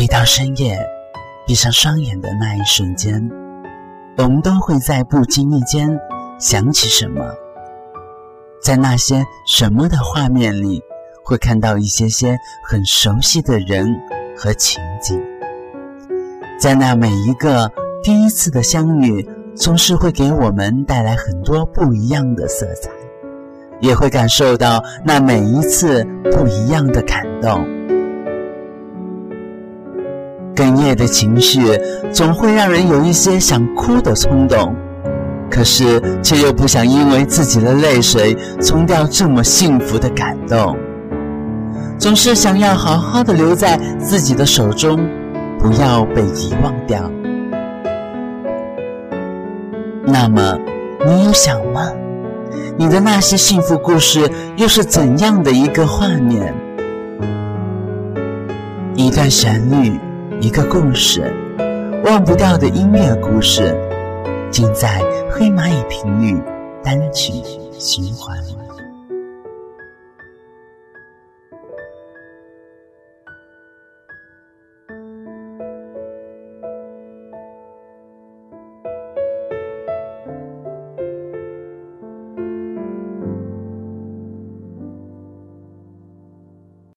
每到深夜闭上双眼的那一瞬间，我们都会在不经意间想起什么，在那些什么的画面里，会看到一些很熟悉的人和情景。在那每一个第一次的相遇，总是会给我们带来很多不一样的色彩，也会感受到那每一次不一样的感动。哽咽的情绪总会让人有一些想哭的冲动，可是却又不想因为自己的泪水冲掉这么幸福的感动，总是想要好好的留在自己的手中，不要被遗忘掉。那么你有想吗？你的那些幸福故事又是怎样的一个画面？一段旋律，一个故事，忘不掉的音乐故事，尽在黑蚂蚁频率单曲循环。